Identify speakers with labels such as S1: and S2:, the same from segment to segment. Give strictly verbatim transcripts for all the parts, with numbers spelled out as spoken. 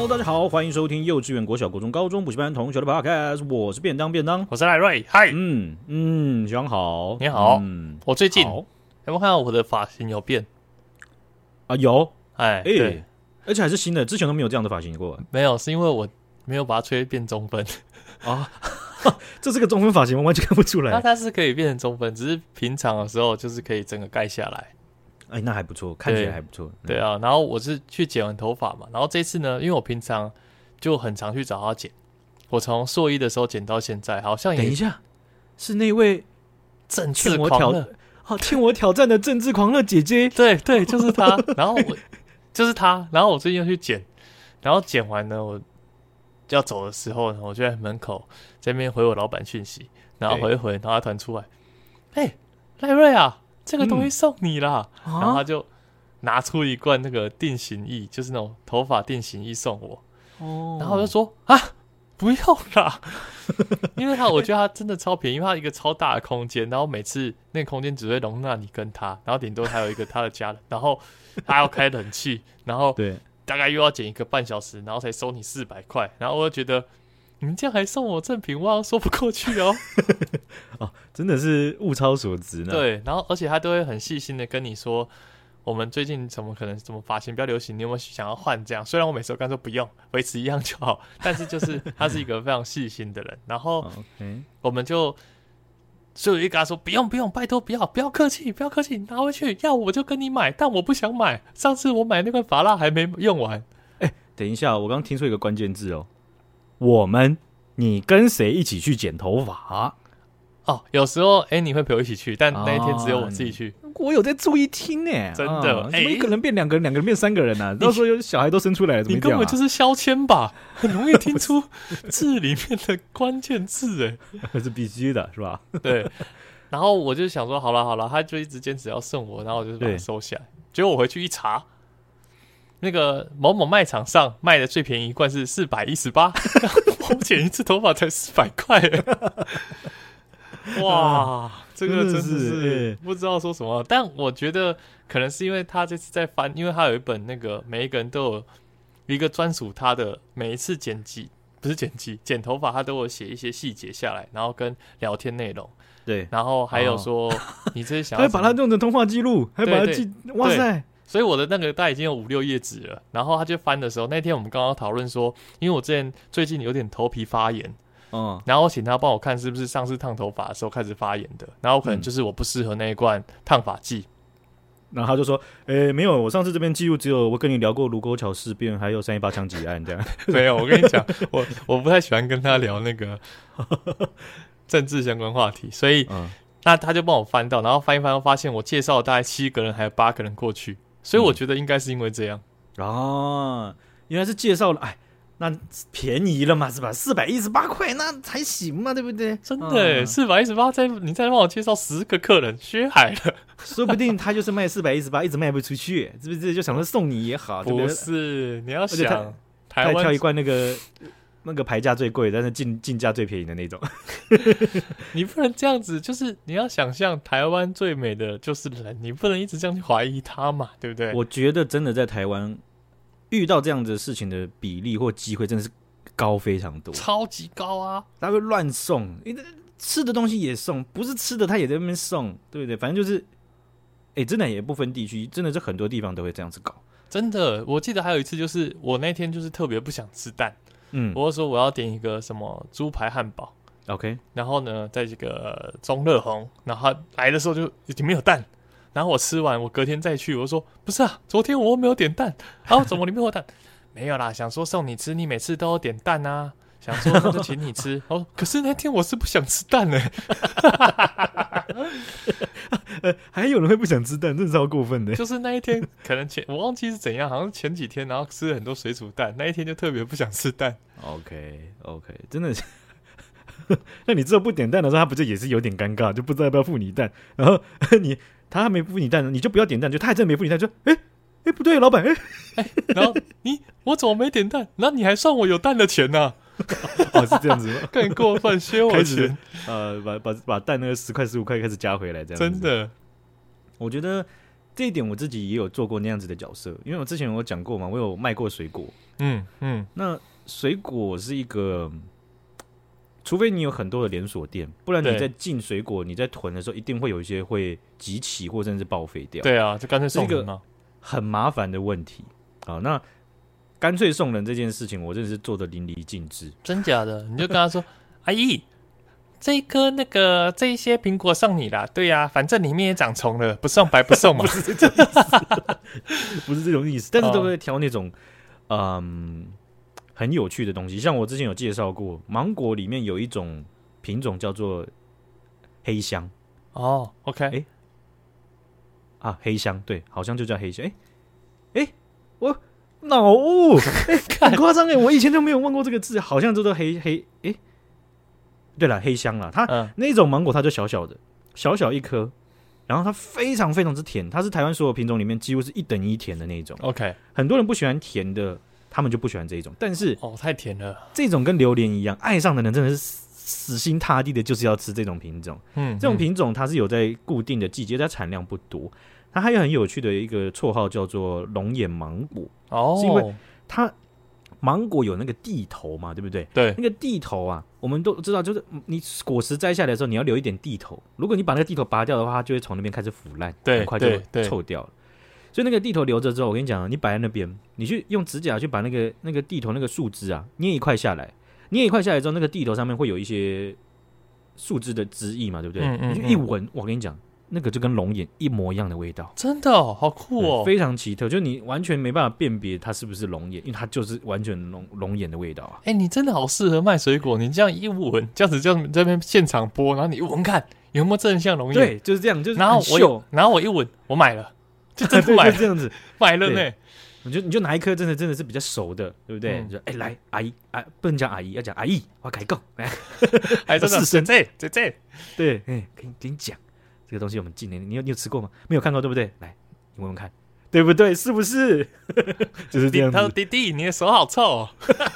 S1: 大家好，欢迎收听幼稚园、国小、国中、高中补习班同学的 podcast， 我是便当便当，
S2: 我是赖瑞，嗨，
S1: 嗯嗯，小杨好，
S2: 你好，
S1: 嗯，
S2: 我最近
S1: 好
S2: 有没有看到我的发型有变？
S1: 啊有，
S2: 哎，
S1: 哎、
S2: 对，
S1: 而且还是新的，之前都没有这样的发型过
S2: 没有，是因为我没有把它吹变中分，
S1: 啊，这是个中分发型，我完全看不出
S2: 那
S1: 来。
S2: 它是可以变成中分，只是平常的时候就是可以整个盖下来。
S1: 哎，那还不错，看起来还不错。
S2: 对啊，然后我是去剪完头发嘛，然后这次呢，因为我平常就很常去找他剪，我从硕一的时候剪到现在，好像也
S1: 等一下，是那位
S2: 政治
S1: 欠我挑
S2: 狂热，
S1: 好欠我挑战的政治狂热姐姐。
S2: 对对，就是他。然后我就是他，然后我最近又去剪，然后剪完呢，我要走的时候呢，我就在门口这边回我老板讯息，然后回一回，然后他传出来，哎，赖瑞啊，这个东西送你啦，
S1: 嗯
S2: 然后他就拿出一罐那个定型液，就是那种头发定型液送我，
S1: 哦，
S2: 然后我就说啊，不用啦，因为他我觉得他真的超便宜，因为他一个超大的空间，然后每次那个空间只会容纳你跟他，然后顶多还有一个他的家人，然后他要开冷气，然后
S1: 对，
S2: 大概又要剪一个半小时，然后才收你四百块，然后我就觉得你们这样还送我赠品，我好像说不过去哦。
S1: 哦，真的是物超所值呢。，
S2: 对，然后而且他都会很细心的跟你说，我们最近怎么可能什么发型比较流行，你有没有想要换这样？虽然我每次都跟他说不用，维持一样就好，但是就是他是一个非常细心的人，然后
S1: OK，
S2: 我们就。所以我就跟他说：“不用不用，拜托不要不要客气，不要客气，拿回去，要我就跟你买，但我不想买。上次我买那罐发蜡还没用完。
S1: 等一下，我刚刚听出一个关键字哦，我们，你跟谁一起去剪头发？
S2: 哦，有时候哎、欸你会陪我一起去，但
S1: 啊
S2: 那一天只有我自己去。
S1: 我有在注意听呢，
S2: 真的哎
S1: 啊怎么一个人变两个人，两个人变三个人啊？到时候有小孩都生出来了，怎么
S2: 你
S1: 会这样啊
S2: 根本就是消遣吧，很容易听出字里面的关键字哎。
S1: 是必须的，是吧？
S2: 对，然后我就想说，好了好了，他就一直坚持要送我，然后我就把它
S1: 对
S2: 收下来。结果我回去一查，那个某某卖场上卖的最便宜一罐是四百一十八，我剪一次头发才四百块，哇，这个真的
S1: 真的是
S2: 是
S1: 欸
S2: 不知道说什么。但我觉得可能是因为他这次在翻，因为他有一本那个每一个人都有一个专属他的每一次剪辑，不是剪辑剪头发，他都有写一些细节下来，然后跟聊天内容。
S1: 对，
S2: 然后还有说，你这是想要
S1: 还把它弄成通话记录，还把它
S2: 对
S1: 记，哇塞！
S2: 所以我的那个大概已经有五六页纸了。然后他就翻的时候，那天我们刚刚讨论说，因为我之前最近有点头皮发炎，
S1: 嗯，
S2: 然后我请他帮我看是不是上次烫头发的时候开始发炎的，然后可能就是我不适合那一罐烫发剂。
S1: 然后他就说，诶，没有，我上次这边记录只有我跟你聊过卢沟桥事变，还有三一八枪击案这样。
S2: 没有，我跟你讲，我我不太喜欢跟他聊那个政治相关话题，所以。
S1: 嗯，
S2: 那他就帮我翻到，然后翻一翻，发现我介绍了大概七个人，还有八个人过去，所以我觉得应该是因为这样。
S1: 哦，原来是介绍了，哎，那便宜了嘛，是吧？四百一十八块，那还行嘛，对不对？
S2: 真的，四百一十八，再你再帮我介绍十个客人，血海了。
S1: 说不定他就是卖四百一十八，一直卖不出去，是不是？就想说送你也好，对不
S2: 不
S1: 对？
S2: 是，你要
S1: 且他
S2: 想台湾
S1: 他还挑一罐那个那个牌价最贵，但是进进价最便宜的那种。
S2: 你不能这样子，就是你要想象台湾最美的就是人，你不能一直这样去怀疑他嘛，对不对？
S1: 我觉得真的在台湾遇到这样子的事情的比例或机会真的是高非常多，
S2: 超级高啊！
S1: 他会乱送，吃的东西也送，不是吃的他也在那边送，对不对？反正就是，哎、欸，真的也不分地区，真的是很多地方都会这样子搞。
S2: 真的，我记得还有一次，就是我那天就是特别不想吃蛋，
S1: 嗯，
S2: 我就说我要点一个什么猪排汉堡。
S1: OK，
S2: 然后呢，在这个中乐红，然后他来的时候就已经没有蛋，然后我吃完，我隔天再去，我就说不是啊，昨天我又没有点蛋，啊，怎么里面有蛋？没有啦，想说送你吃，你每次都有点蛋啊，想说那就请你吃。哦，可是那天我是不想吃蛋呢、
S1: 呃，还有人会不想吃蛋，真的超过分的。
S2: 就是那一天可能前我忘记是怎样，好像前几天，然后吃了很多水煮蛋，那一天就特别不想吃蛋。
S1: OK OK，真的是。那你之后不点蛋的时候，他不就也是有点尴尬，就不知道要不要付你蛋。然后你他还没付你蛋，你就不要点蛋，就他还真没付你蛋，就哎哎、欸欸、不对，老板哎
S2: 哎、欸，然后你我怎么没点蛋？然后你还算我有蛋的钱呢、啊？
S1: 哦，是这样子吗？
S2: 更过分，削我钱。
S1: 呃，把把把蛋那个十块十五块开始加回来，这样子。
S2: 真的，
S1: 我觉得这一点我自己也有做过那样子的角色，因为我之前有讲过嘛，我有卖过水果。
S2: 嗯嗯，
S1: 那水果是一个，除非你有很多的连锁店，不然你在进水果、你在囤的时候，一定会有一些会集齐或甚至报废掉。
S2: 对啊，就干脆送人嘛，
S1: 很麻烦的问题。好，那干脆送人这件事情，我真的是做的淋漓尽致。
S2: 真假的？你就跟他说，阿姨。这一颗那个这一些苹果送你啦，对呀、啊，反正里面也长虫了，不送白不送嘛，
S1: 不是这种意思，不是这种意思，但是都会挑那种、哦、嗯很有趣的东西，像我之前有介绍过，芒果里面有一种品种叫做黑香。
S2: 哦 ，OK，
S1: 哎、欸、啊，黑香，对，好像就叫黑香。哎、欸、哎、欸，我脑雾，哎、欸，很夸张哎，我以前都没有问过这个字，好像叫做黑黑哎。欸对了，黑香啦，它、嗯、那种芒果它就小小的，小小一颗，然后它非常非常之甜，它是台湾所有品种里面几乎是一等一甜的那种。
S2: OK，
S1: 很多人不喜欢甜的，他们就不喜欢这一种。但是
S2: 哦，太甜了，
S1: 这种跟榴莲一样，爱上的人真的是死心塌地的，就是要吃这种品种。嗯，这种品种它是有在固定的季节，它产量不多。它还有很有趣的一个绰号叫做龙眼芒果，哦，是因为它。芒果有那个蒂头嘛，对不对？
S2: 对，
S1: 那个蒂头啊，我们都知道，就是你果实摘下来的时候，你要留一点蒂头。如果你把那个蒂头拔掉的话，它就会从那边开始腐烂，很快就臭掉了。所以那个蒂头留着之后，我跟你讲，你摆在那边，你去用指甲去把那个那个蒂头那个树枝啊捏一块下来，捏一块下来之后，那个蒂头上面会有一些树枝的汁液嘛，对不对？嗯嗯嗯，你就一闻，我跟你讲。那个就跟龙眼一模一样的味道，
S2: 真的哦，好酷哦，
S1: 非常奇特，就你完全没办法辨别它是不是龙眼，因为它就是完全龙龙眼的味道啊！
S2: 哎、欸，你真的好适合卖水果，你这样一闻，这样子就在那边现场播，然后你闻看有没有真的像龙眼，
S1: 对，就是这样，就是
S2: 然后我然后我一闻，我买了，就真的买了，
S1: 这样子
S2: 买了呢。
S1: 你就你就拿一颗真的真的是比较熟的，对不对？嗯、你说哎、欸、来阿姨啊，不能讲阿姨，要讲阿姨，我改讲，来，
S2: 还真的是这这这，
S1: 对，哎、欸，跟跟你讲。这个东西我们今年你有你有吃过吗？没有看过对不对？来，你闻闻看，对不对？是不是？就是这样子。
S2: 他说：“弟弟，你的手好臭、哦。”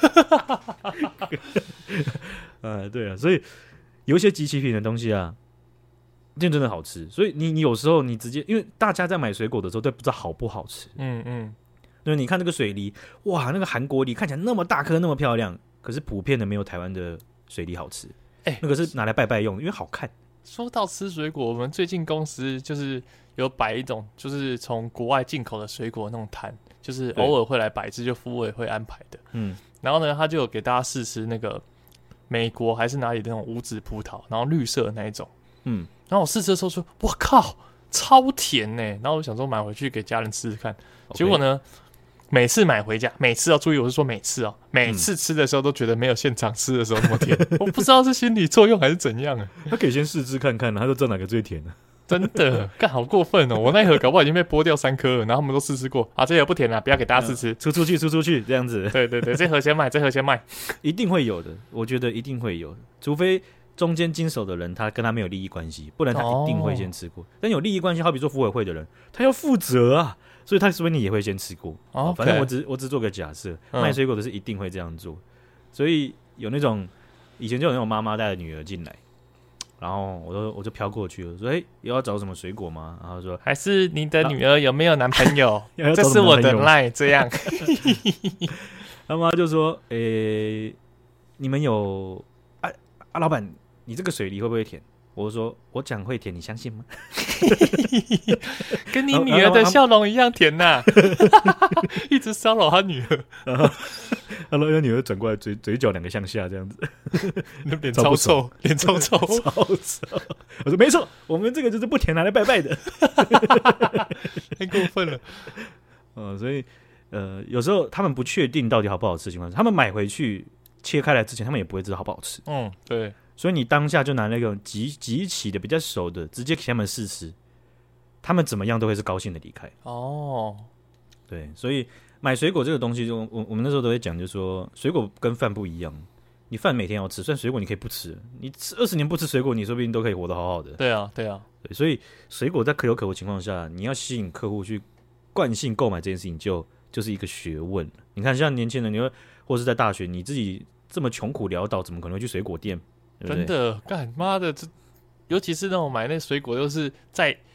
S1: 呃，对啊，所以有一些即期品的东西啊，真的好吃。所以你你有时候你直接，因为大家在买水果的时候都不知道好不好吃。嗯嗯。对，你看那个水梨，哇，那个韩国梨看起来那么大颗，那么漂亮，可是普遍的没有台湾的水梨好吃。哎、欸，那个是拿来拜拜用，因为好看。
S2: 说到吃水果，我们最近公司就是有摆一种，就是从国外进口的水果那种摊，就是偶尔会来摆一次，就服务委会安排的。嗯，然后呢，他就有给大家试吃那个美国还是哪里的那种无籽葡萄，然后绿色的那一种。嗯，然后我试吃的时候说，我靠，超甜呢、欸！然后我想说买回去给家人吃吃看， okay. 结果呢，每次买回家，每次要注意，我是说每次哦，每次吃的时候都觉得没有现场吃的时候那么甜。我不知道是心理作用还是怎样啊。
S1: 他可以先试吃看看，他就知道哪个最甜了。
S2: 真的，干好过分哦！我那一盒搞不好已经被剥掉三颗了，然后他们都试吃过啊，这盒不甜了，不要给大家试吃，
S1: 出出去，出出去，这样子。
S2: 对对对，这盒先卖，这盒先卖，
S1: 一定会有的，我觉得一定会有的，除非中间经手的人他跟他没有利益关系，不然他一定会先吃过。哦、但有利益关系，好比说服委会的人，他要负责啊。所以他说不定也会先吃过，哦 okay 反正我只我只做个假设，嗯、卖水果的是一定会这样做，所以有那种以前就有那种妈妈带着女儿进来，然后我就我就飘过去了，说哎、欸，有要找什么水果吗？然后说
S2: 还是你的女儿有没有男朋友？这是我的 line 这样。
S1: 他妈就说诶、欸，你们有啊啊，老板，你这个水梨会不会甜？我说我讲会甜，你相信吗？
S2: 跟你女儿的笑容一样甜呐、啊，一直骚扰他女儿。
S1: 然后他说，女儿转过来，嘴嘴角两个向下，这样子，
S2: 脸超臭，脸超臭，
S1: 超臭。我说没错，我们这个就是不甜拿来拜拜的，
S2: 太过分了。
S1: 呃，所以呃，有时候他们不确定到底好不好吃的情况下，他们买回去切开来之前，他们也不会知道好不好吃。
S2: 嗯，对。
S1: 所以你当下就拿那个极极起的比较熟的，直接给他们试吃，他们怎么样都会是高兴的离开。哦，对，所以买水果这个东西就，就我我们那时候都会讲，就是说水果跟饭不一样，你饭每天要吃，虽然水果你可以不吃，你吃二十年不吃水果，你说不定都可以活得好好的。
S2: 对啊，对啊，
S1: 对，所以水果在可有可无情况下，你要吸引客户去惯性购买这件事情就，就就是一个学问。你看，像年轻人，你会或是在大学，你自己这么穷苦潦倒，怎么可能会去水果店？
S2: 真的，干妈的，这尤其是那种买那水果，都是在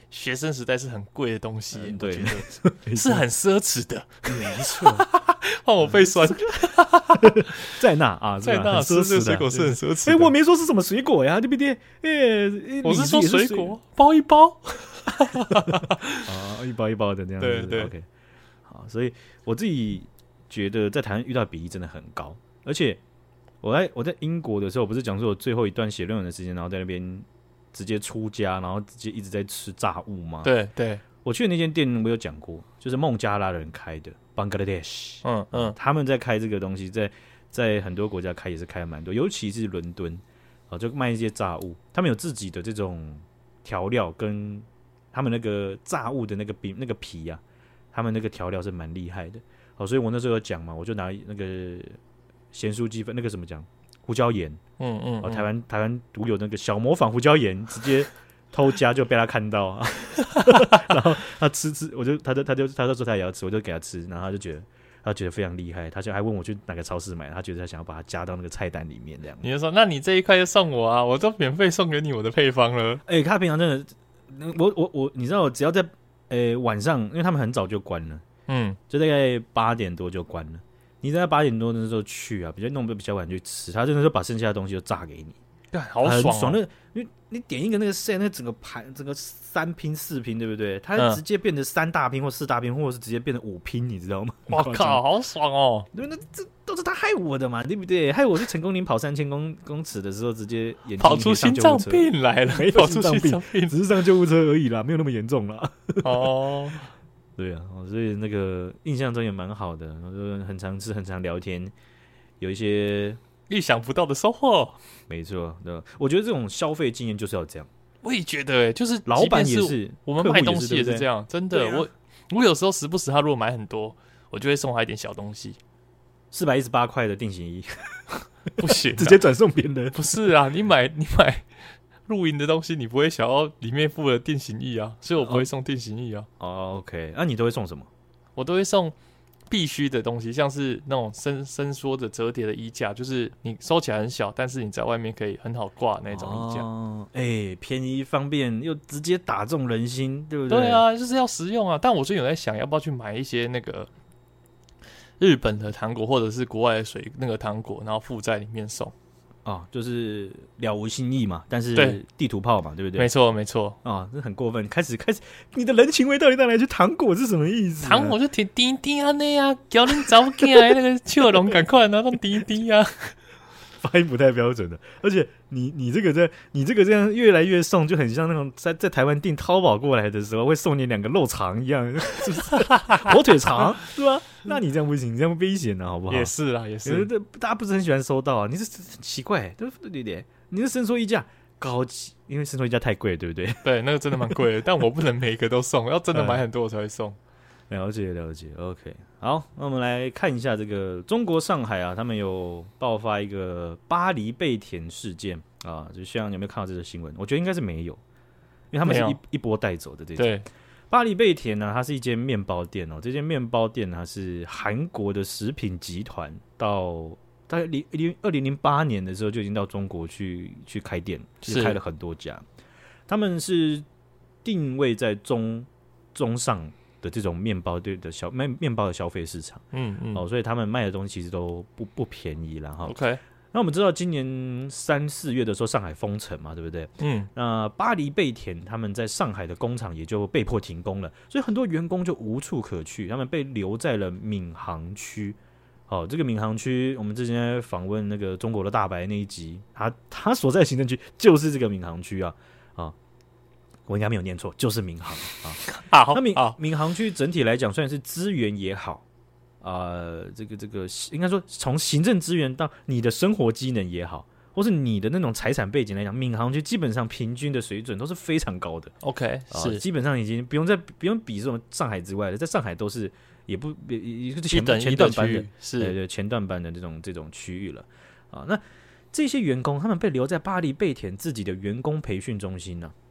S2: 学生时代是很贵的东西，
S1: 嗯、对，
S2: 我觉得是很奢侈的。
S1: 没错，
S2: 换我背酸，
S1: 在那啊，
S2: 在那吃这个水果是很奢侈的。
S1: 哎、欸，我没说是什么水果呀，对不对？哎、欸，
S2: 我是说水果，包一包，
S1: 啊，一包一包的这样子。
S2: 对对
S1: ，OK。好，所以我自己觉得在台湾遇到的比例真的很高，而且我在我在英国的时候，我不是讲说我最后一段写论文的时间，然后在那边直接出家，然后直接一直在吃炸物吗？
S2: 对对，
S1: 我去的那间店我有讲过，就是孟加拉人开的 Bangladesh，
S2: 嗯嗯，
S1: 他们在开这个东西，在在很多国家开也是开蛮多，尤其是伦敦啊，就卖一些炸物，他们有自己的这种调料跟他们那个炸物的那个饼那个皮啊。他们那个调料是蛮厉害的，好，所以我那时候有讲嘛，我就拿那个咸酥鸡粉那个什么讲胡椒盐，
S2: 嗯嗯，
S1: 哦，台湾台湾独有那个小模仿胡椒盐，直接偷加就被他看到啊，然后他吃吃，我就他就他就他就说他也要吃，我就给他吃，然后他就觉得他觉得非常厉害，他就还问我去哪个超市买，他觉得他想要把它加到那个菜单里面这样。
S2: 你就说，那你这一块就送我啊，我都免费送给你我的配方了。
S1: 哎、欸，他平常真的，我我我，你知道，我只要在。诶、欸，晚上因为他们很早就关了，嗯，就大概八点多就关了。你在八点多的时候去啊，比较弄得比较晚去吃，他真的是把剩下的东西都炸给你，
S2: 对，好爽、哦，
S1: 很爽。那你你点一个那个 set， 那整个盘整个三拼四拼，对不对？它直接变成三大拼或四大拼，或者是直接变成五拼，你知道吗？
S2: 我靠，好爽哦！
S1: 对，那这都是他害我的嘛，对不对？害我去成功岭跑三千公公尺的时候，直接眼睛
S2: 跑出心脏病来了，
S1: 没跑出心脏病，只是上救护车而已啦，没有那么严重啦。
S2: 哦，
S1: 对啊，所以那个印象中也蛮好的，然后就很常吃，很常聊天，有一些
S2: 意想不到的收获。
S1: 没错，对，我觉得这种消费经验就是要这样。
S2: 我也觉得、欸，就是
S1: 老板也是，
S2: 我们卖东西也是这样，
S1: 对对
S2: 真的。啊、我我有时候时不时他如果买很多，我就会送他一点小东西。
S1: 四百一十八块的定型衣，
S2: 不行、啊，
S1: 直接转送别人。
S2: 不是啊，你买你买露营的东西，你不会想要里面附了定型衣啊，所以我不会送定型衣啊。
S1: 哦 ，OK， 那、啊、你都会送什么？
S2: 我都会送必须的东西，像是那种伸伸缩的折叠的衣架，就是你收起来很小，但是你在外面可以很好挂那种衣架。
S1: 哦，哎、欸，便宜方便又直接打中人心，对不对？
S2: 对啊，就是要实用啊。但我最近有在想，要不要去买一些那个日本的糖果，或者是国外的水那个糖果，然后附在里面送。
S1: 哦，就是了无新意嘛，但是地图炮嘛，对不对？
S2: 没错，没错。
S1: 啊、哦，这很过分。开始，开始，你的人情味到底哪来？去糖果是什么意思、啊？
S2: 糖果就甜甜甜啊那啊，叫你早起来那个笑容赶快拿到甜甜啊。
S1: 发音不太标准的，而且你你这个在你这个这样越来越送，就很像那种在在台湾订淘宝过来的时候会送你两个肉肠一样，是不是？火腿肠是吧？那你这样不行，你这样危险啊，好不好？
S2: 也是啦，也是。
S1: 大家不是很喜欢收到啊？你是很奇怪，对不对？对，你是伸缩衣架高级，因为伸缩衣架太贵，对不对？
S2: 对，那个真的蛮贵的，但我不能每一个都送，要真的买很多我才会送。
S1: 了解了解 ，OK， 好，那我们来看一下这个中国上海啊，他们有爆发一个巴黎贝甜事件啊，就像有没有看到这个新闻？我觉得应该是没有，因为他们是一一波带走的这种。
S2: 对，
S1: 巴黎贝甜呢，它是一间面包店哦，这间面包店呢是韩国的食品集团，到大概零零二零零八年的时候就已经到中国去去开店，是开了很多家，他们是定位在中中上的这种面包对的消面面包的消费市场，嗯嗯，哦，所以他们卖的东西其实都不不便宜啦哈。
S2: OK，
S1: 那我们知道今年三四月的时候，上海封城嘛，对不对？嗯，那巴黎贝甜他们在上海的工厂也就被迫停工了，所以很多员工就无处可去，他们被留在了闵行区。哦，这个闵行区，我们之前访问那个中国的大白那一集，他他所在行政区就是这个闵行区啊啊。我应该没有念错，就是闵行啊。
S2: 好，
S1: 那闵闵行区整体来讲，虽然是资源也好，呃，这个这个应该说从行政资源到你的生活机能也好，或是你的那种财产背景来讲，闵行区基本上平均的水准都是非常高的。
S2: OK， 是、
S1: 呃、基本上已经不用再不用比这种上海之外的，在上海都是也不也也是前前段班的，
S2: 是
S1: 对对前段班的这种这种区域了啊。那这些员工他们被留在巴黎贝甜自己的员工培训中心呢、啊。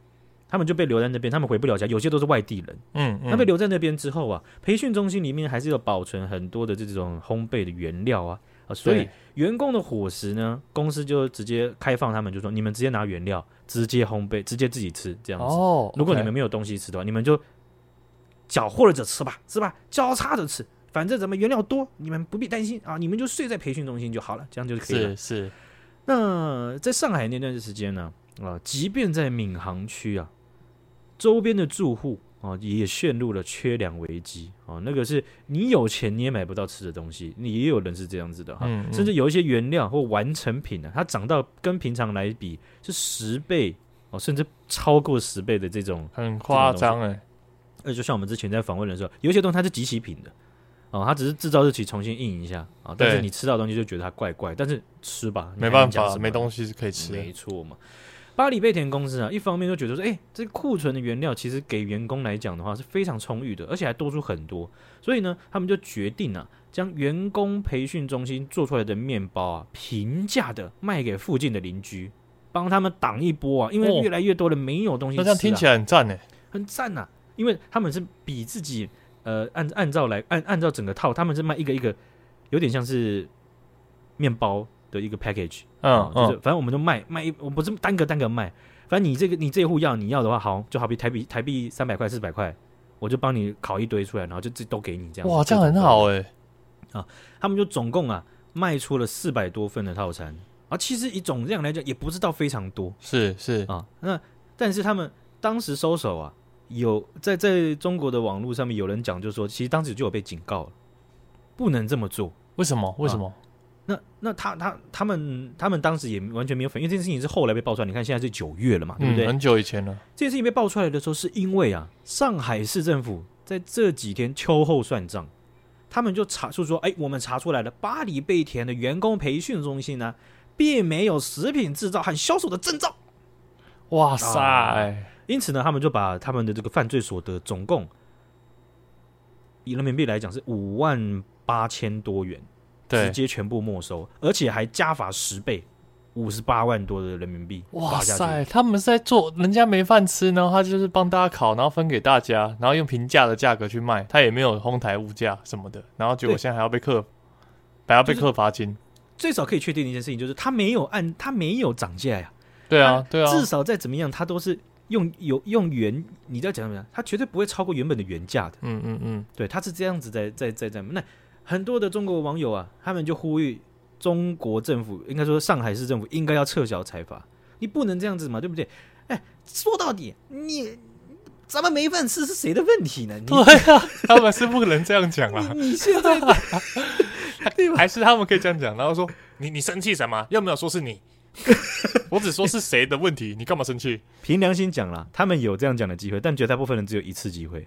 S1: 他们就被留在那边，他们回不了家，有些都是外地人。
S2: 嗯嗯，
S1: 那被留在那边之后啊，培训中心里面还是有保存很多的这种烘焙的原料啊，啊所以员工的伙食呢，公司就直接开放他们，就说你们直接拿原料，直接烘焙，直接自己吃这样子。
S2: 哦，
S1: 如果你们没有东西吃的话，你们就搅和着吃吧，是吧？交叉着吃，反正咱们原料多，你们不必担心啊，你们就睡在培训中心就好了，这样就可以了。
S2: 是是。
S1: 那在上海那段时间呢，啊，即便在闵行区啊，周边的住户啊也陷入了缺粮危机啊。那个是你有钱你也买不到吃的东西，你也有人是这样子的哈、嗯嗯。甚至有一些原料或完成品呢、啊，它涨到跟平常来比是十倍哦，甚至超过十倍的这种，
S2: 很夸张哎。
S1: 而就像我们之前在访问的时候，有一些东西它是即期品的。哦，它只是制造日期重新印一下啊，但是你吃到的东西就觉得它怪怪，但是吃吧，
S2: 没办法，没东西是可以吃的，
S1: 没错嘛。巴黎贝甜公司啊，一方面就觉得说，哎、欸，这个库存的原料其实给员工来讲的话是非常充裕的，而且还多出很多，所以呢，他们就决定啊，将员工培训中心做出来的面包啊，平价的卖给附近的邻居，帮他们挡一波啊，因为越来越多人没有东西吃、啊哦，
S2: 那这样听起来很赞哎，
S1: 很赞呐、啊，因为他们是比自己。呃，按按照来按按照整个套，他们是卖一个一个，有点像是面包的一个 package， 嗯、哦，就是、嗯、反正我们就卖卖一，我不是单个单个卖，反正你这个你这一户要你要的话，好，就好比台币台币三百块四百块，我就帮你烤一堆出来，然后就都给你这样。
S2: 哇，这样很好哎、
S1: 欸，啊，他们就总共啊卖出了四百多份的套餐，啊，其实以总量来讲也不是到非常多，
S2: 是是
S1: 啊，那但是他们当时收手啊。有在在中国的网络上面有人讲，就说其实当时就有被警告了，不能这么做。
S2: 为什么？为什么？啊、
S1: 那那他他他们他们当时也完全没有反应，因为这件事情是后来被爆出来。你看现在是九月了嘛，对不对、
S2: 嗯？很久以前了。
S1: 这件事情被爆出来的时候，是因为啊，上海市政府在这几天秋后算账，他们就查出说，哎，我们查出来了，巴黎贝甜的员工培训中心呢，并没有食品制造和销售的证照。
S2: 哇塞！啊
S1: 因此呢，他们就把他们的这个犯罪所得总共以人民币来讲是五万八千多元，直接全部没收，而且还加罚十倍，五十八万多的人民币。
S2: 哇塞！他们是在做人家没饭吃，然后他就是帮大家烤，然后分给大家，然后用平价的价格去卖，他也没有哄抬物价什么的，然后结果现在还要被课，还要被课罚金。就是、
S1: 最少可以确定的一件事情就是，他没有按，他没有涨价呀。
S2: 对啊，对啊，
S1: 至少再怎么样，他都是。用有用原，你在讲什么？它绝对不会超过原本的原价的。
S2: 嗯嗯嗯，
S1: 对，它是这样子在在在在。那很多的中国网友啊，他们就呼吁中国政府，应该说上海市政府应该要撤销财阀，你不能这样子嘛，对不对？哎，说到底，你咱们没饭吃是谁的问题呢？
S2: 对啊，他们是不能这样讲啊。
S1: 你, 你现在
S2: 还是他们可以这样讲，然后说你你生气什么？又没有说是你。我只说是谁的问题，你干嘛生气？
S1: 凭良心讲啦，他们有这样讲的机会，但绝大部分人只有一次机会，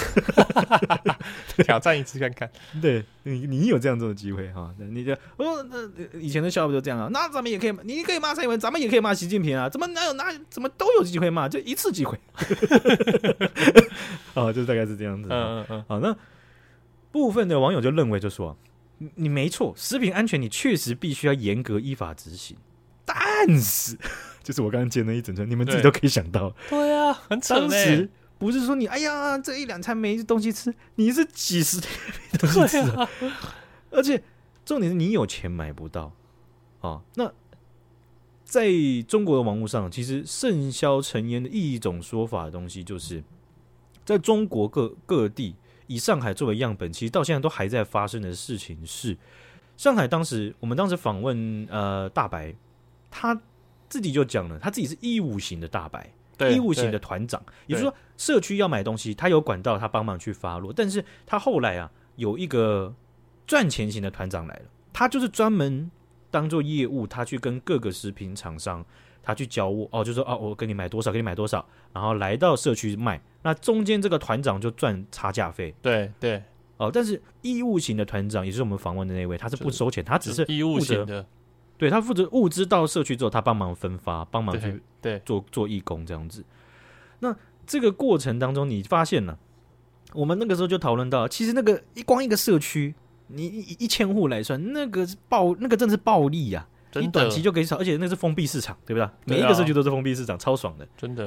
S2: 挑战一次看看。
S1: 对，你你有这样做的机会哈，你就哦，那以前的笑话就这样啊，那咱们也可以，你可以骂蔡英文，咱们也可以骂习近平啊，怎么哪有哪怎么都有机会骂，就一次机会。哦，就是大概是这样子。嗯嗯嗯。好，那部分的网友就认为就说，你你没错，食品安全你确实必须要严格依法执行。但是，就是我刚刚接那一整串，你们自己都可以想到。
S2: 对啊，很扯。
S1: 当时不是说你哎呀，这一两餐没东西吃，你是几十天没东西吃、啊啊、而且重点是你有钱买不到啊。那在中国的网络上，其实盛嚣尘烟的一种说法的东西，就是在中国各各地，以上海作为样本，其实到现在都还在发生的事情是，上海当时我们当时访问呃大白。他自己就讲了，他自己是义务型的大白，义务型的团长，也就是说，社区要买东西，他有管道，他帮忙去发落。但是他后来啊，有一个赚钱型的团长来了，他就是专门当做业务，他去跟各个食品厂商，他去交握哦，就说哦，我跟你买多少，给你买多少，然后来到社区卖。那中间这个团长就赚差价费，
S2: 对对
S1: 哦。但是义务型的团长，也就是我们访问的那位，他是不收钱，他只是
S2: 义务型的。
S1: 对，他负责物资到社区之后，他帮忙分发，帮忙去
S2: 对
S1: 做做义工这样子。那这个过程当中，你发现了，我们那个时候就讨论到，其实那个一光一个社区，你一一千户来算，那个是暴，那个真的是暴利呀、啊！你短期就可以少，而且那是封闭市场，对不对？每一个社区都是封闭市场，超爽的。
S2: 真的。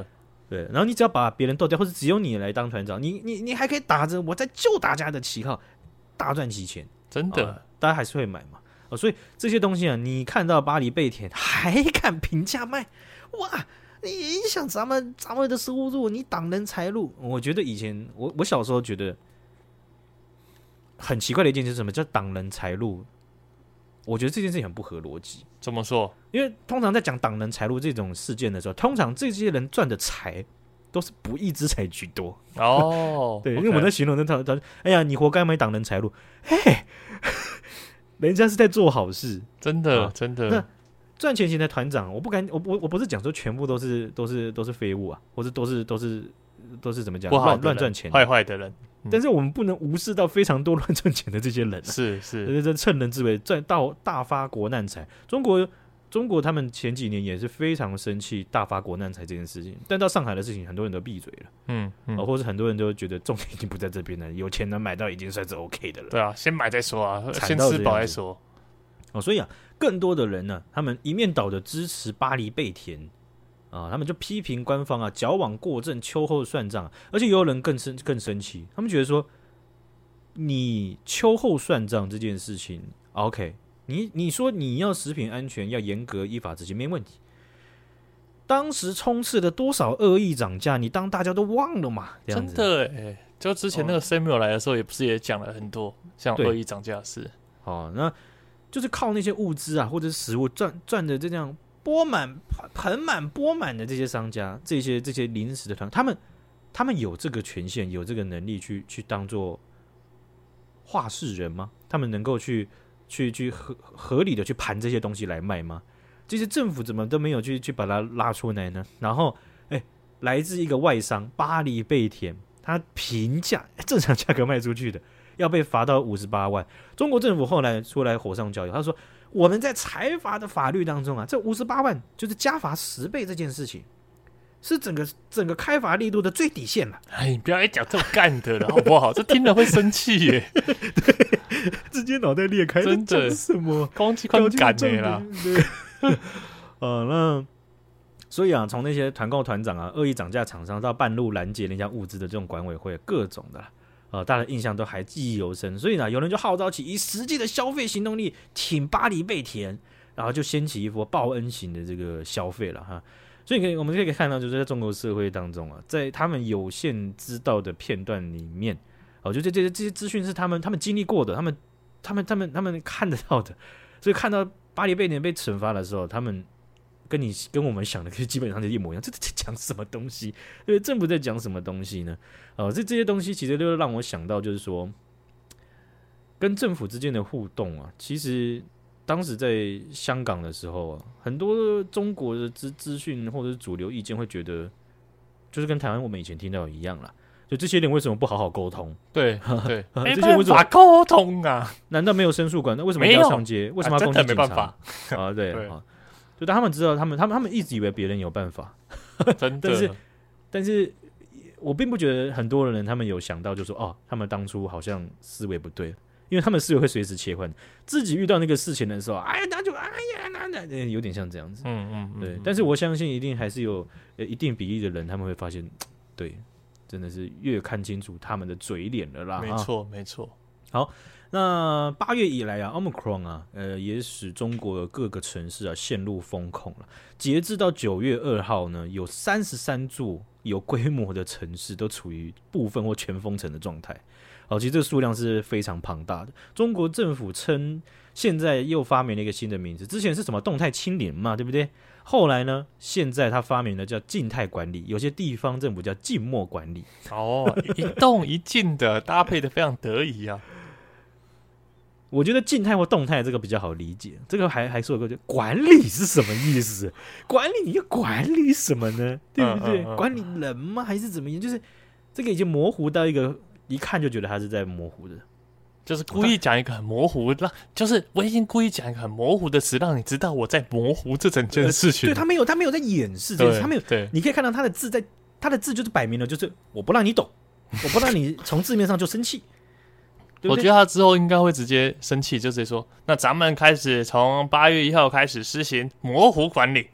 S1: 对，然后你只要把别人斗掉，或者只有你来当团长，你你你还可以打着我在救大家的旗号大赚其钱，
S2: 真的、
S1: 呃，大家还是会买嘛。哦，所以这些东西啊，你看到巴黎贝甜还敢平价卖，哇！你影响咱们咱们的收入，你挡人财路。我觉得以前我我小时候觉得很奇怪的一件事是什么叫挡人财路？我觉得这件事情很不合逻辑。
S2: 怎么说？
S1: 因为通常在讲挡人财路这种事件的时候，通常这些人赚的财都是不义之财居多。
S2: 哦，
S1: 对，
S2: okay
S1: 因为我们在形容那他他，哎呀，你活该买挡人财路，嘿，人家是在做好事，
S2: 真的、
S1: 啊、
S2: 真的。
S1: 那赚钱型的团长，我不敢，我我我不是讲说全部都是都是都是废物啊，或者都是都是都是怎么讲乱乱赚钱、
S2: 坏坏的人。
S1: 嗯、但是我们不能无视到非常多乱赚钱的这些人、啊，
S2: 是是，
S1: 这趁人之危，赚到大发国难财。中国中国他们前几年也是非常生气大发国难财这件事情，但到上海的事情，很多人都闭嘴了，
S2: 嗯嗯、
S1: 哦，或者很多人都觉得重点已经不在这边了，有钱能买到已经算是 OK 的了。
S2: 对啊，先买再说啊，先吃饱再说。
S1: 哦，所以啊，更多的人呢，他们一面倒的支持巴黎贝甜啊，他们就批评官方啊矫枉过正、秋后算账、啊，而且也有人更生更生气，他们觉得说，你秋后算账这件事情 ，OK， 你你说你要食品安全要严格依法执行没问题，当时充斥了多少恶意涨价，你当大家都忘了嘛？这样子
S2: 真的哎，就之前那个 Samuel 来的时候，也不是也讲了很多像恶意涨价的事。
S1: 好，那。就是靠那些物资啊，或者是食物赚赚的这样钵满盆满钵满的这些商家，这些这些临时的团，他们他们有这个权限，有这个能力去去当做话事人吗？他们能够去去去合合理的去盘这些东西来卖吗？这些政府怎么都没有去去把它拉出来呢？然后，哎，来自一个外商巴黎贝甜，它平价正常价格卖出去的。要被罚到五十八万，中国政府后来出来火上浇油，他说我们在财阀的法律当中啊，这五十八万就是加罚十倍这件事情，是整个整个开罚力度的最底线了。
S2: 哎，你不要再讲这么干的了，好不好？这听了会生气耶，
S1: 对，直接脑袋裂开，
S2: 真的
S1: 什么
S2: 攻击观感的啦。
S1: 对，呃，那所以啊，从那些团购团长啊、恶意涨价厂商到半路拦截人家物资的这种管委会，各种的啦。呃，大家印象都还记忆犹深，所以呢，有人就号召起以实际的消费行动力挺巴黎贝甜，然后就掀起一波报恩型的这个消费了哈。所以可以，我们可以看到，就是在中国社会当中啊，在他们有限知道的片段里面，哦，就这这些这些资讯是他们他们经历过的，他们他们他们他们看得到的，所以看到巴黎贝甜被惩罚的时候，他们跟你跟我们想的基本上就一模一样，这在讲什么东西？对，政府在讲什么东西呢？哦，这这些东西其实就让我想到，就是说，跟政府之间的互动啊，其实当时在香港的时候啊，很多中国的资资讯或者是主流意见会觉得，就是跟台湾我们以前听到的一样啦。就这些人为什么不好好沟通？
S2: 对对，
S1: 没
S2: 办法沟通啊！
S1: 难道没有申诉管？那为什么要上街？为什么要攻击警察？
S2: 啊、真的没办法
S1: 啊！对
S2: 对
S1: 啊，就当他们知道，他们他们他们一直以为别人有办法，
S2: 真的，
S1: 但是但是。我并不觉得很多人他们有想到就说哦，他们当初好像思维不对，因为他们思维会随时切换，自己遇到那个事情的时候，哎呀，那就哎呀，那那有点像这样子，
S2: 嗯嗯，
S1: 对。但是我相信一定还是有一定比例的人，他们会发现，对，真的是越看清楚他们的嘴脸了啦。
S2: 没错没错。
S1: 好，那八月以来啊 ，Omicron 啊，呃，也使中国各个城市啊陷入封控了。截至到九月二号呢，有三十三座有规模的城市都处于部分或全封城的状态。哦，其实这个数量是非常庞大的。中国政府称，现在又发明了一个新的名字，之前是什么动态清零嘛，对不对？后来呢，现在他发明了叫静态管理，有些地方政府叫静默管理。
S2: 哦，一动一静的搭配的非常得宜啊。
S1: 我觉得静态或动态这个比较好理解，这个还还说有个管理是什么意思？管理你要管理什么呢？对不对？嗯嗯嗯、管理人吗？还是怎么样？就是这个已经模糊到一个一看就觉得他是在模糊的，
S2: 就是故意讲一个很模糊，让就是我已经故意讲一个很模糊的词，让你知道我在模糊这整件事情。
S1: 呃、对他没有，他没有在掩饰这件事，他没有。对，你可以看到他的字在，他的字就是摆明了，就是我不让你懂，我不让你从字面上就生气。对对，
S2: 我觉得他之后应该会直接生气，就直接说：“那咱们开始从八月一号开始施行模糊管理。”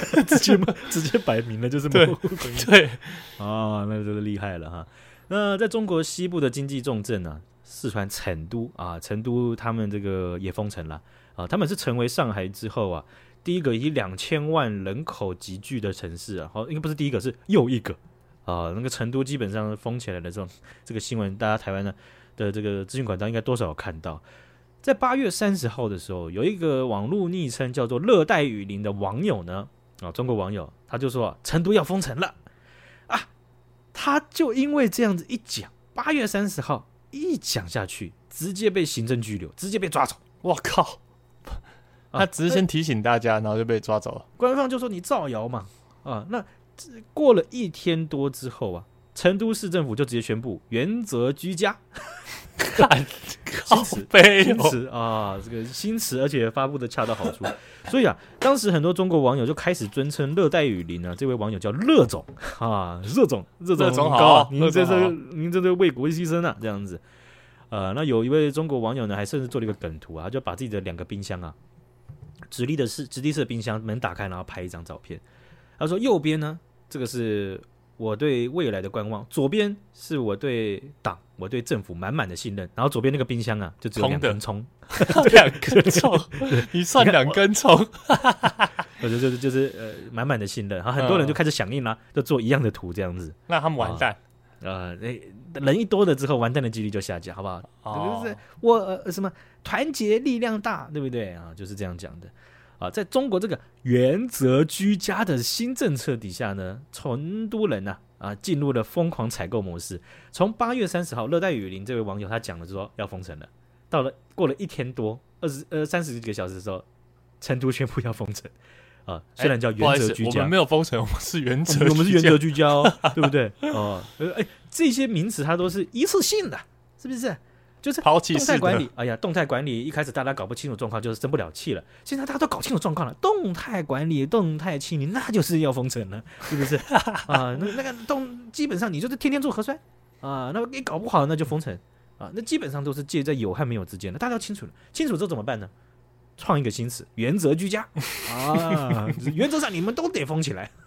S1: 直接直接摆明了就是模糊空间。
S2: 对，
S1: 哦，那就是厉害了哈。那在中国西部的经济重镇啊，四川成都啊，成都他们这个也封城了啊，他们是成为上海之后啊，第一个以两千万人口集聚的城市啊，好，应该不是第一个，是又一个啊。那个成都基本上封起来的这种这个新闻，大家台湾的的这个资讯管道应该多少有看到。在八月三十号的时候，有一个网络昵称叫做“热带雨林”的网友呢，啊，中国网友他就说、啊、成都要封城了啊，他就因为这样子一讲，八月三十号一讲下去，直接被行政拘留，直接被抓走。
S2: 我靠！他只是先提醒大家，然后就被抓走了。
S1: 官方就说你造谣嘛，啊，那过了一天多之后啊，成都市政府就直接宣布原则居家。
S2: 看，
S1: 新词
S2: 悲
S1: 新词啊，这个新词，而且发布的恰到好处。所以啊，当时很多中国网友就开始尊称热带雨林呢、啊，这位网友叫热总啊，热总，热总
S2: 总
S1: 高啊，
S2: 好，
S1: 您这是您这是为国牺牲啊，这样子。呃，那有一位中国网友呢，还甚至做了一个梗图啊，就把自己的两个冰箱啊，直立的是直立式的冰箱门打开，然后拍一张照片。他说右边呢，这个是我对未来的观望，左边是我对党、我对政府满满的信任，然后左边那个冰箱啊，就只有两根葱，
S2: 两根葱，你算两根葱，
S1: 就就就是呃满满的信任，然后很多人就开始响应啦、啊，就做一样的图这样子，
S2: 那他们完蛋。
S1: 呃，人一多了之后，完蛋的几率就下降，好不好？
S2: 哦，
S1: 就是我、呃、什么团结力量大，对不对啊？就是这样讲的啊。在中国这个原则居家的新政策底下呢，成都人呐 啊, 啊进入了疯狂采购模式。从八月三十号，热带雨林这位网友他讲了说要封城了，到了过了一天多，二十呃三十几个小时的时候，成都宣布要封城。啊，虽然叫原则居家，
S2: 我们没有封城，我们是原则，
S1: 我们是原则居家哦，对不对？哦，哎，这些名词它都是一次性的，是不是？就是
S2: 抛弃式的
S1: 动态管理。哎呀，动态管理一开始大家搞不清楚状况，就是生不了气了。现在大家都搞清楚状况了，动态管理、动态清零，那就是要封城了，是不是？啊，那那个动基本上你就是天天做核酸啊，那你搞不好那就封城啊，那基本上都是介在有和没有之间的，大家都清楚了。清楚之后怎么办呢？创一个新词，原则居家啊！原则上你们都得封起来。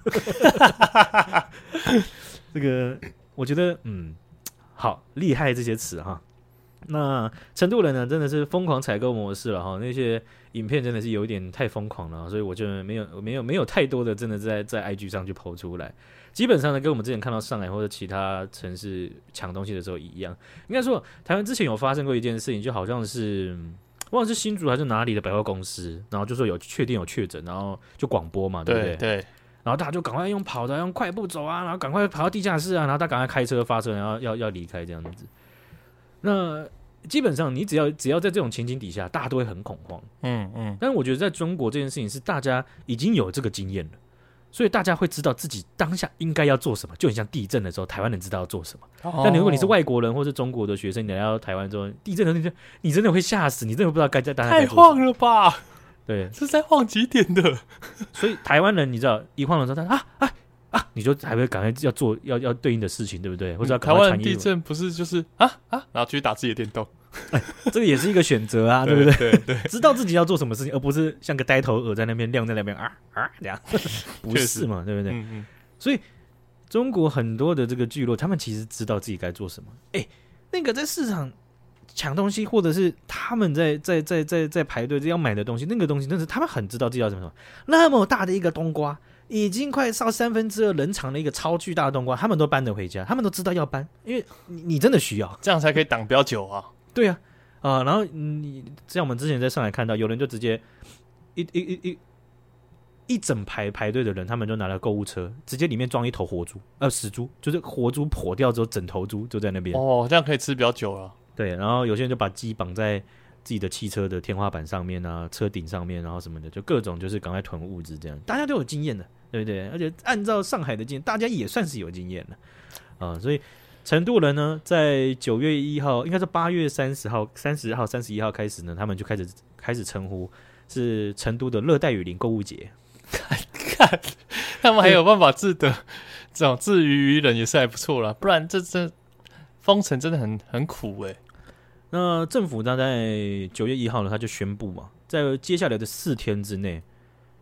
S1: 这个我觉得，嗯，好厉害这些词哈。那成都人呢，真的是疯狂采购模式了哈。那些影片真的是有一点太疯狂了，所以我就没有没有没有太多的真的在在 I G 上去 po 出来。基本上呢，跟我们之前看到上海或者其他城市抢东西的时候一样。应该说，台湾之前有发生过一件事情，就好像是。不管是新竹还是哪里的百货公司，然后就说有确定有确诊，然后就广播嘛，对不对？
S2: 对对。
S1: 然后大家就赶快用跑的，用快步走啊，然后赶快跑到地下室啊，然后他赶快开车发车，然后要要离开这样子。那基本上你只要只要在这种情景底下，大家都会很恐慌。
S2: 嗯嗯。
S1: 但是我觉得在中国这件事情是大家已经有这个经验了。所以大家会知道自己当下应该要做什么，就很像地震的时候，台湾人知道要做什么。哦、但如果你是外国人或是中国的学生，你来到台湾之后，地震的那你真的会吓死，你真的不知道该在当下该做什么。
S2: 太晃了吧？
S1: 对，
S2: 是在晃几点的？
S1: 所以台湾人你知道一晃的时候，他啊啊啊，你就还会赶快要做要要对应的事情，对不对？或者要赶快穿衣服。
S2: 台湾地震不是就是啊啊，然后去打自己的电动。
S1: 哎，这个也是一个选择啊，对不对？
S2: 对 对, 对，
S1: 知道自己要做什么事情，而不是像个呆头鹅在那边晾在那边啊啊这样，不是嘛？对不对？
S2: 嗯嗯。
S1: 所以中国很多的这个聚落，他们其实知道自己该做什么。哎，那个在市场抢东西，或者是他们在在在在在排队要买的东西，那个东西，但是他们很知道自己要什么。那么大的一个冬瓜，已经快烧三分之二人长的一个超巨大的冬瓜，他们都搬得回家，他们都知道要搬，因为你你真的需要，
S2: 这样才可以挡比较久啊。
S1: 对啊，啊、呃，然后你像我们之前在上海看到，有人就直接一一一一一整排排队的人，他们就拿了购物车，直接里面装一头活猪，呃，死猪，就是活猪剖掉之后，整头猪就在那边。
S2: 哦，这样可以吃比较久了。
S1: 对，然后有些人就把鸡绑在自己的汽车的天花板上面啊，车顶上面，然后什么的，就各种就是赶快囤物资这样，大家都有经验的，对不对？而且按照上海的经验，大家也算是有经验了啊、呃，所以。成都人呢，在九月一号，应该是八月三十号、三十号、三十一号开始呢，他们就开始开始称呼是成都的热带雨林购物节。
S2: 看看，他们还有办法治得这种治于于人也是还不错啦，不然这这封城真的很很苦哎、欸。
S1: 那政府大概九月一号呢，他就宣布嘛，在接下来的四天之内，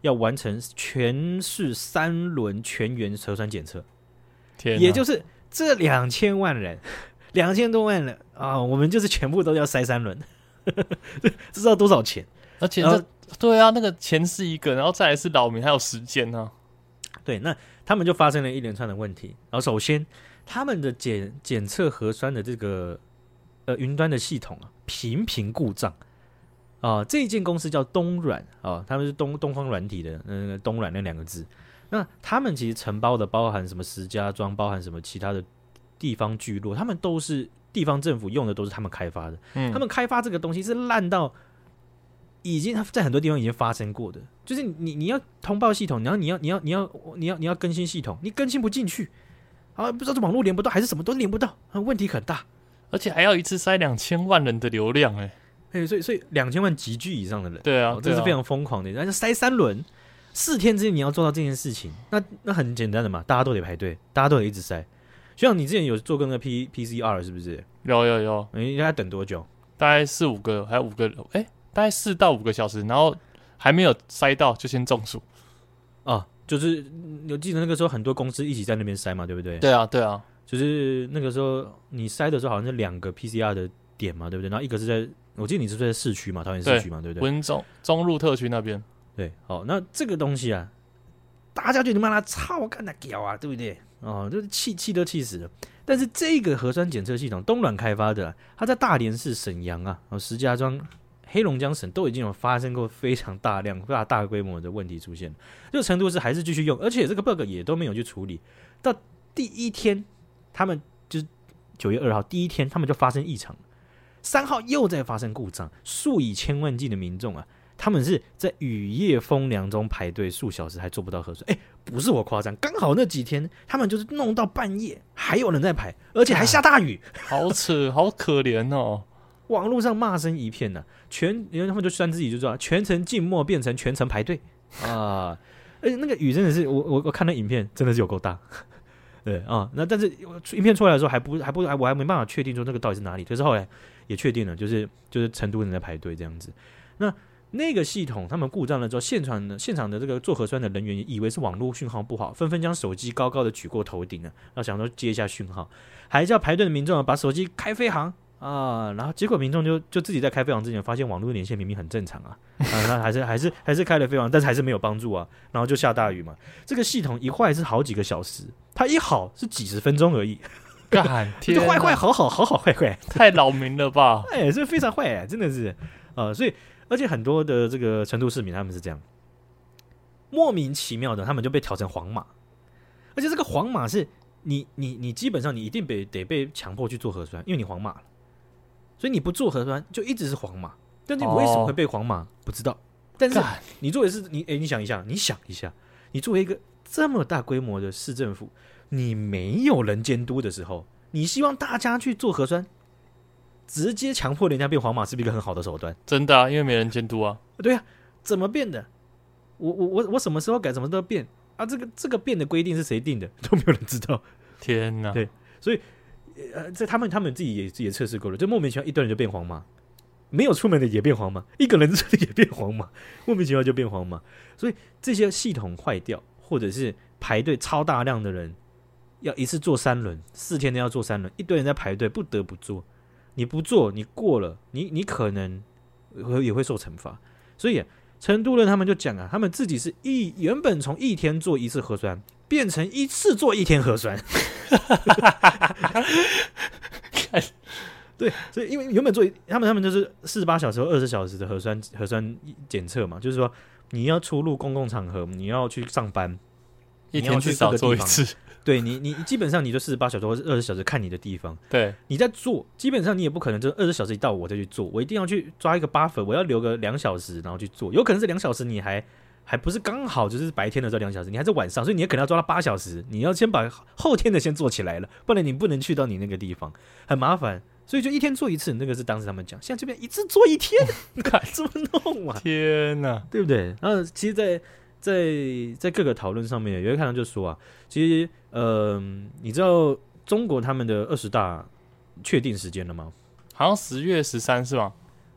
S1: 要完成全市三轮全员核酸检测，
S2: 天，
S1: 也就是这两千万人，两千多万人啊，我们就是全部都要筛三轮，这知道多少钱？
S2: 而且这对啊，那个钱是一个，然后再来是扰民，还有时间呢、啊。
S1: 对，那他们就发生了一连串的问题。然后首先，他们的检检测核酸的这个呃云端的系统啊，频频故障啊、呃。这一间公司叫东软啊、呃，他们是东东方软体的那个东软那两个字。那他们其实承包的包含什么石家庄，包含什么其他的地方聚落，他们都是地方政府用的，都是他们开发的。嗯，他们开发这个东西是烂到。已经在很多地方已经发生过的，就是你你要通报系统，然后你要你要你要你要你要更新系统，你更新不进去，啊，不知道是网络连不到还是什么都连不到，问题很大，
S2: 而且还要一次塞两千万人的流量、欸，哎，
S1: 哎，所以所以两千万集聚以上的人，
S2: 对啊，
S1: 哦、这是非常疯狂的，然后塞三轮，四天之内你要做到这件事情，那那很简单的嘛，大家都得排队，大家都得一直塞。学长，你之前有做过那个 P P C R 是不是？
S2: 有有有，
S1: 你应该等多久？
S2: 大概四五个，还有五个，哎、欸。大概四到五个小时，然后还没有塞到就先中暑
S1: 啊！就是我记得那个时候很多公司一起在那边塞嘛，对不对？
S2: 对啊，对啊，
S1: 就是那个时候你塞的时候好像是两个 P C R 的点嘛，对不对？然后一个是在，我记得你是在市区嘛，桃园市区嘛，对不对？
S2: 文中中路特区那边。
S1: 对，好，那这个东西啊，大家就骂他操，干他屌啊，对不对？哦，就是气气都气死了。但是这个核酸检测系统东软开发的、啊，它在大连市、沈阳啊、哦、石家庄。黑龙江省都已经有发生过非常大量、非常大规模的问题出现，这个程度是还是继续用，而且这个 bug 也都没有去处理。到第一天，他们就是九月二号第一天，他们就发生异常，三号又在发生故障，数以千万计的民众啊，他们是在雨夜风凉中排队数小时还做不到核酸，哎，不是我夸张，刚好那几天他们就是弄到半夜还有人在排，而且还下大雨，
S2: 好扯，好可怜哦。
S1: 网络上骂声一片呢、啊，全因为他们就算自己就知道全程静默变成全程排队啊，而且那个雨真的是我我我看那影片真的是有够大，对啊，那但是影片出来的时候还不还不还我还没办法确定说那个到底是哪里，可是后来也确定了，就是就是成都人在排队这样子。那那个系统他们故障了之后，现场的现场的这个做核酸的人员也以为是网络讯号不好，纷纷将手机高高的举过头顶啊，然后想说接一下讯号，还叫排队的民众把手机开飞行。啊，然后结果民众就就自己在开飞航之前发现网络连线明明很正常啊，啊，那还是还是还是开了飞航，但是还是没有帮助啊，然后就下大雨嘛。这个系统一坏是好几个小时，它一好是几十分钟而已，
S2: 干，
S1: 就坏坏好好好好坏坏，
S2: 太扰民了吧？
S1: 哎，这非常坏哎，真的是，呃，所以而且很多的这个成都市民他们是这样，莫名其妙的他们就被调成黄码，而且这个黄码是你你你基本上你一定被得被强迫去做核酸，因为你黄码了。所以你不做核酸就一直是黄码，但你为什么会被黄码、哦、不知道。但是你作为是你哎，你想一下，你想一下，你作为一个这么大规模的市政府，你没有人监督的时候，你希望大家去做核酸，直接强迫人家变黄码，是不是一个很好的手段？
S2: 真的啊，因为没人监督啊。
S1: 对啊，怎么变的？我我我我什么时候改，什么时候变啊？这个这个变的规定是谁定的，都没有人知道。
S2: 天哪！
S1: 对，所以。呃，这他们他们自己也也测试过了，就莫名其妙一堆人就变黄码，没有出门的也变黄码，一个人这里也变黄码，莫名其妙就变黄码。所以这些系统坏掉，或者是排队超大量的人要一次做三轮，四天内要做三轮，一堆人在排队，不得不做。你不做，你过了，你你可能也会受惩罚。所以、啊、成都人他们就讲啊，他们自己是一原本从一天做一次核酸，变成一次做一天核酸。对，所以因为原本做他们他们就是四十八小时或二十小时的核酸核酸检测嘛，就是说你要出入公共场合，你要去上班，
S2: 一天至少做一次。
S1: 对你，你基本上你就四十八小时或者二十小时看你的地方。
S2: 对，
S1: 你在做，基本上你也不可能就二十小时一到我再去做，我一定要去抓一个 buffer， 我要留个两小时然后去做，有可能是两小时你还。还不是刚好就是白天的这两小时，你还是晚上，所以你也可能要抓到八小时。你要先把后天的先做起来了，不然你不能去到你那个地方，很麻烦。所以就一天做一次，那个是当时他们讲。现在这边一次做一天，怎么弄啊？
S2: 天哪，
S1: 对不对？然后其实在，在在在各个讨论上面，有人看到就说啊，其实呃，你知道中国他们的二十大确定时间了吗？
S2: 好像十月十三是吗？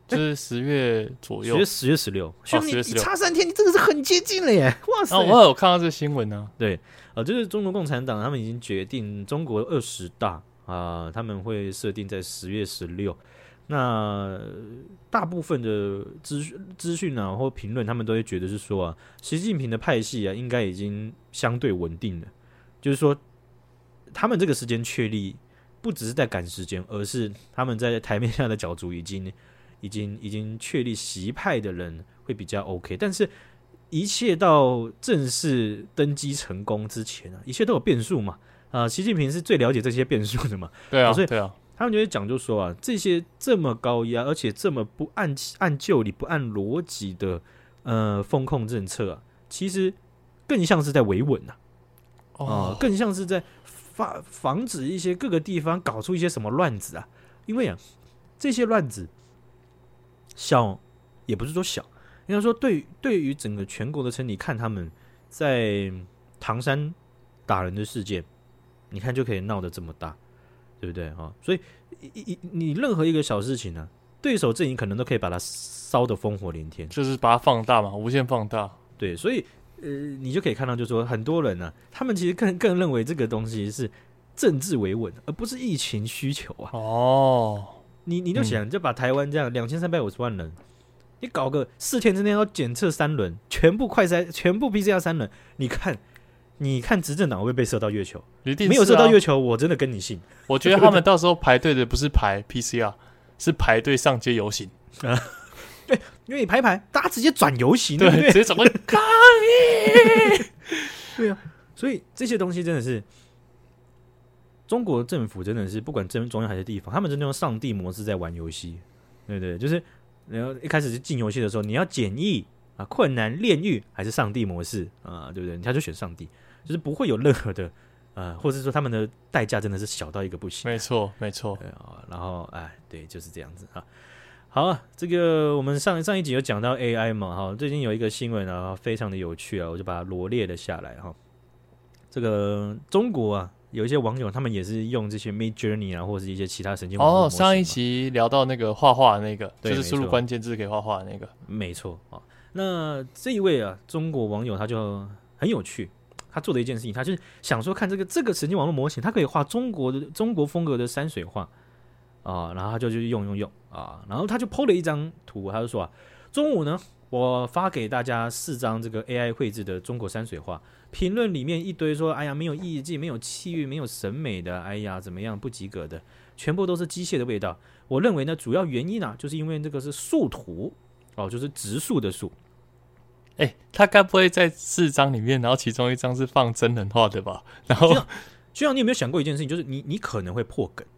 S2: 就是十月左右，
S1: 十月十月十六，兄弟，
S2: 哦、
S1: 你差三天，你真的是很接近了耶！哇塞，
S2: 哦、我有看到这个新闻呢、啊。
S1: 对，呃，就是中国共产党他们已经决定，中国二十大啊、呃，他们会设定在十月十六。那大部分的资资讯啊或评论，他们都会觉得是说啊，习近平的派系啊，应该已经相对稳定了，就是说，他们这个时间确立，不只是在赶时间，而是他们在台面下的角逐已经。已经已经确立习派的人会比较 OK， 但是一切到正式登基成功之前啊，一切都有变数嘛。啊、呃，习近平是最了解这些变数的嘛。
S2: 对啊，
S1: 所以
S2: 对啊，
S1: 他们就会讲，就说啊，这些这么高压，而且这么不按按旧理、不按逻辑的呃风控政策啊，其实更像是在维稳呐，啊、
S2: 哦
S1: 呃，更像是在防防止一些各个地方搞出一些什么乱子啊，因为啊，这些乱子。小也不是说小，应该说对于对于整个全国的城里看他们在唐山打人的事件，你看就可以闹得这么大，对不对啊？所以你你任何一个小事情呢、啊，对手阵营可能都可以把它烧得烽火连天，
S2: 就是把它放大嘛，无限放大。
S1: 对，所以呃，你就可以看到，就是说很多人呢、啊，他们其实更更认为这个东西是政治维稳，而不是疫情需求啊。
S2: 哦。
S1: 你你就想，嗯、就把台湾这样两千三百五十万人，你搞个四天之内要检测三轮，全部快筛，全部 P C R 三轮，你看，你看执政党会不会被射到月球？
S2: 一定是、啊、
S1: 没有射到月球，我真的跟你信。
S2: 我觉得他们到时候排队的不是排 P C R， 是排队上街游行。
S1: 啊，对，因为你排排，大家直接转游行，
S2: 对，
S1: 对不对？
S2: 直接转过去抗议。
S1: 对啊，所以这些东西真的是。中国政府真的是不管中央还是地方，他们真的用上帝模式在玩游戏，对不对？就是然后一开始进游戏的时候，你要简易啊、困难、炼狱还是上帝模式啊，对不对？他就选上帝，就是不会有任何的呃，或者说他们的代价真的是小到一个不行。
S2: 没错，没错。
S1: 对啊，然后哎，对，就是这样子啊。好啊，这个我们上上一集有讲到 A I 嘛，哈，最近有一个新闻啊，非常的有趣啊，我就把它罗列了下来哈。这个中国啊。有一些网友，他们也是用这些 Mid Journey 啊，或者是一些其他神经网络模型。哦，
S2: 上一期聊到那个画画那个，
S1: 对，
S2: 就是输入关键字可以画画那个。
S1: 没错啊。那这一位啊，中国网友他就很有趣，他做的一件事情，他就是想说，看这个这个神经网络模型，它可以画中国的中国风格的山水画啊，然后他就去用用用啊，然后他就 po 了一张图，他就说啊，中午呢，我发给大家四张这个 A I 绘制的中国山水画。评论里面一堆说，哎呀，没有意境，没有气韵，没有审美的，哎呀，怎么样，不及格的，全部都是机械的味道。我认为呢，主要原因啊，就是因为这个是树图哦，就是植树的树。
S2: 哎、欸，他该不会在四张里面，然后其中一张是放真人画的吧？然后，
S1: 就像你有没有想过一件事情，就是你你可能会破梗，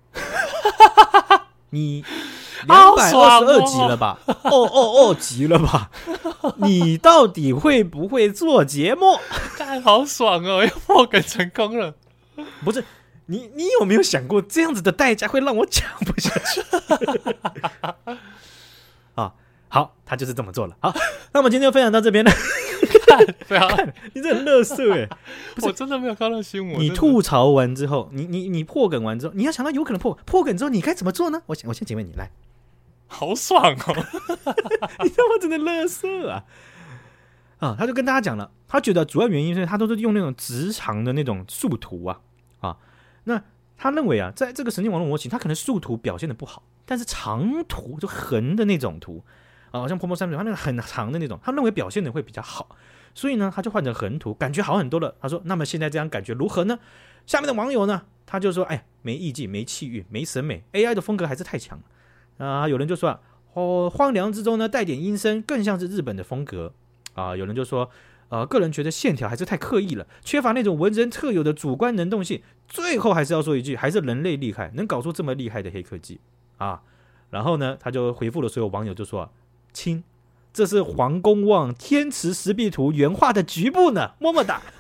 S1: 你两百二十二集了吧？哦哦哦集了吧？你到底会不会做节目？
S2: 干好爽哦，又破梗成功了。
S1: 不是你，你有没有想过这样子的代价会让我讲不下去？啊，好，他就是这么做了。好，那我们今天就分享到这边了。看，你这很垃圾哎！
S2: 我真的没有看到新闻。
S1: 你吐槽完之后，你你你破梗完之后，你要想到有可能破破梗之后，你该怎么做呢？我我先请问你来。
S2: 好爽哦！
S1: 你他妈真的垃圾啊！啊，他就跟大家讲了，他觉得主要原因是他都是用那种直长的那种树图啊啊，那他认为啊，在这个神经网络模型，它可能树图表现的不好，但是长图就横的那种图啊，像泼墨山水，它那个很长的那种，他认为表现的会比较好，所以呢，他就换成横图，感觉好很多了。他说，那么现在这样感觉如何呢？下面的网友呢，他就说，哎，没意境，没气韵，没审美 ，A I 的风格还是太强了。啊，有人就说啊，哦，荒凉之中呢带点阴森，更像是日本的风格啊。有人就说，呃，个人觉得线条还是太刻意了，缺乏那种文人特有的主观能动性。最后还是要说一句，还是人类厉害，能搞出这么厉害的黑科技啊。然后呢，他就回复了所有网友，就说啊，亲，这是黄公望《天池石壁图》原画的局部呢，么么哒。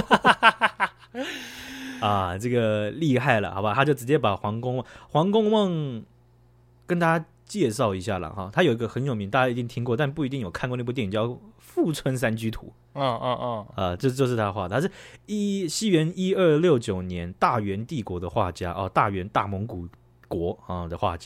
S1: 啊，这个厉害了，好吧？他就直接把黄公望，黄公望。跟大家介绍一下了哈，他有一个很有名，大家一定听过，但不一定有看过那部电影，叫《富春山居图》。
S2: 嗯嗯嗯，
S1: 啊，这就是他画的，他是一西元一二六九年大元帝国的画家哦，大元大蒙古国啊的画家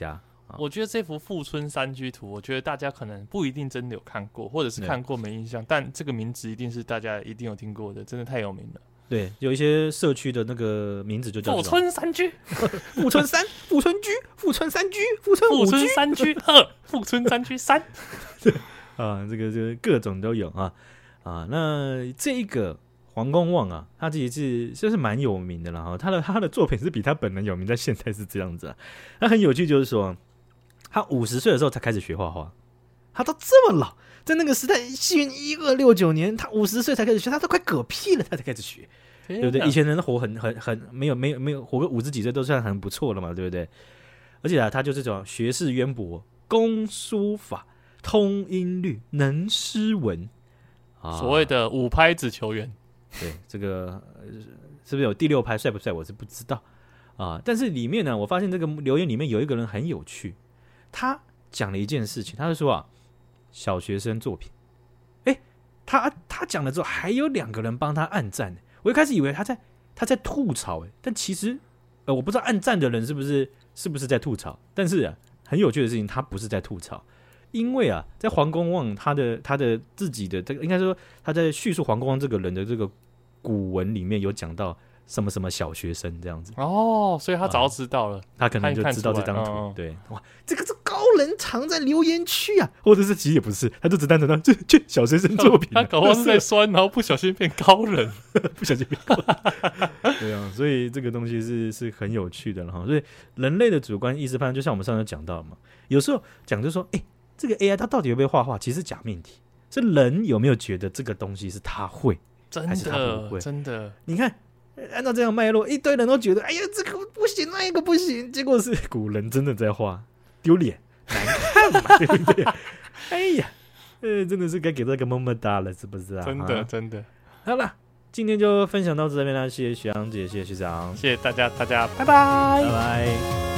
S2: 我觉得这幅富春山居图，我觉得大家可能不一定真的有看过，或者是看过没印象，但这个名字一定是大家一定有听过的，真的太有名了。
S1: 对，有一些社区的那个名字就叫
S2: 富春山居、
S1: 富春山、富春居、富春山居、富春
S2: 富
S1: 五居、
S2: 春山居二、富春山居三
S1: 啊，这个这个各种都有啊啊。那这一个黄公望啊，他其实是就是蛮有名的啦哈。他的他的作品是比他本人有名，在现在是这样子啊。他很有趣，就是说他五十岁的时候才开始学画画，他都这么老。在那个时代，西元一二六九年，他五十岁才开始学，他都快嗝屁了，他才开始学，对不对？以前人活很很很没有没有没有活个五十几岁都算很不错了嘛，对不对？而且啊，他就是这种学识渊博，工书法，通音律，能诗文，啊、
S2: 所谓的五拍子球员。
S1: 对，这个、呃、是不是有第六拍帅不帅？我是不知道啊。但是里面呢，我发现这个留言里面有一个人很有趣，他讲了一件事情，他就说啊。小学生作品，哎，他他讲了之后，还有两个人帮他按赞。我一开始以为他在他在吐槽，哎，但其实呃，我不知道按赞的人是不是是不是在吐槽。但是啊，很有趣的事情，他不是在吐槽，因为啊，在黄公望他的他的自己的这个，应该说他在叙述黄公望这个人的这个古文里面有讲到什么什么小学生这样子
S2: 哦，所以他早知道了，
S1: 啊、他可能就知道这张图，
S2: 哦、
S1: 对，哇，这个是高人藏在留言区啊，或者是其实也不是，他就只单纯到这这小学生作品、啊，
S2: 他搞不好是在酸，然后不小心变高人，
S1: 不小心变高人，对啊，所以这个东西是是很有趣的哈。所以人类的主观意识判断，就像我们上次讲到嘛，有时候讲就说，哎、欸，这个 A I 它到底会不会画画，其实假命题，是人有没有觉得这个东西是他会，
S2: 真
S1: 还是他不会？
S2: 真的，
S1: 你看。按照这样脉络，一堆人都觉得，哎呀，这个不行，那一个不行，结果是古人真的在画，丢脸，难看嘛，对不对？哎呀，呃，真的是该给这个么么哒了，是不是啊？
S2: 真的，
S1: 啊
S2: 真的。
S1: 好了，今天就分享到这边了，谢谢徐阳姐，谢谢学长，
S2: 谢谢大家，大家拜拜，
S1: 拜拜。